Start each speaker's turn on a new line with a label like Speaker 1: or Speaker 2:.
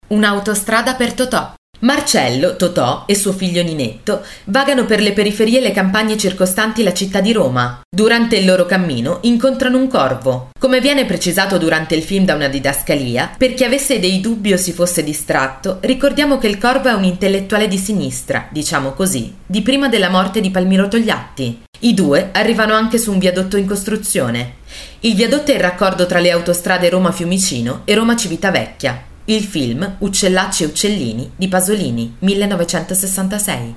Speaker 1: Un'autostrada per Totò. Marcello, Totò e suo figlio Ninetto vagano per le periferie e le campagne circostanti la città di Roma. Durante il loro cammino incontrano un corvo. Come viene precisato durante il film da una didascalia, per chi avesse dei dubbi o si fosse distratto, ricordiamo che il corvo è un intellettuale di sinistra, diciamo così, di prima della morte di Palmiro Togliatti. I due arrivano anche su un viadotto in costruzione. Il viadotto è il raccordo tra le autostrade Roma-Fiumicino e Roma-Civitavecchia. Il film Uccellacci e Uccellini di Pasolini, 1966.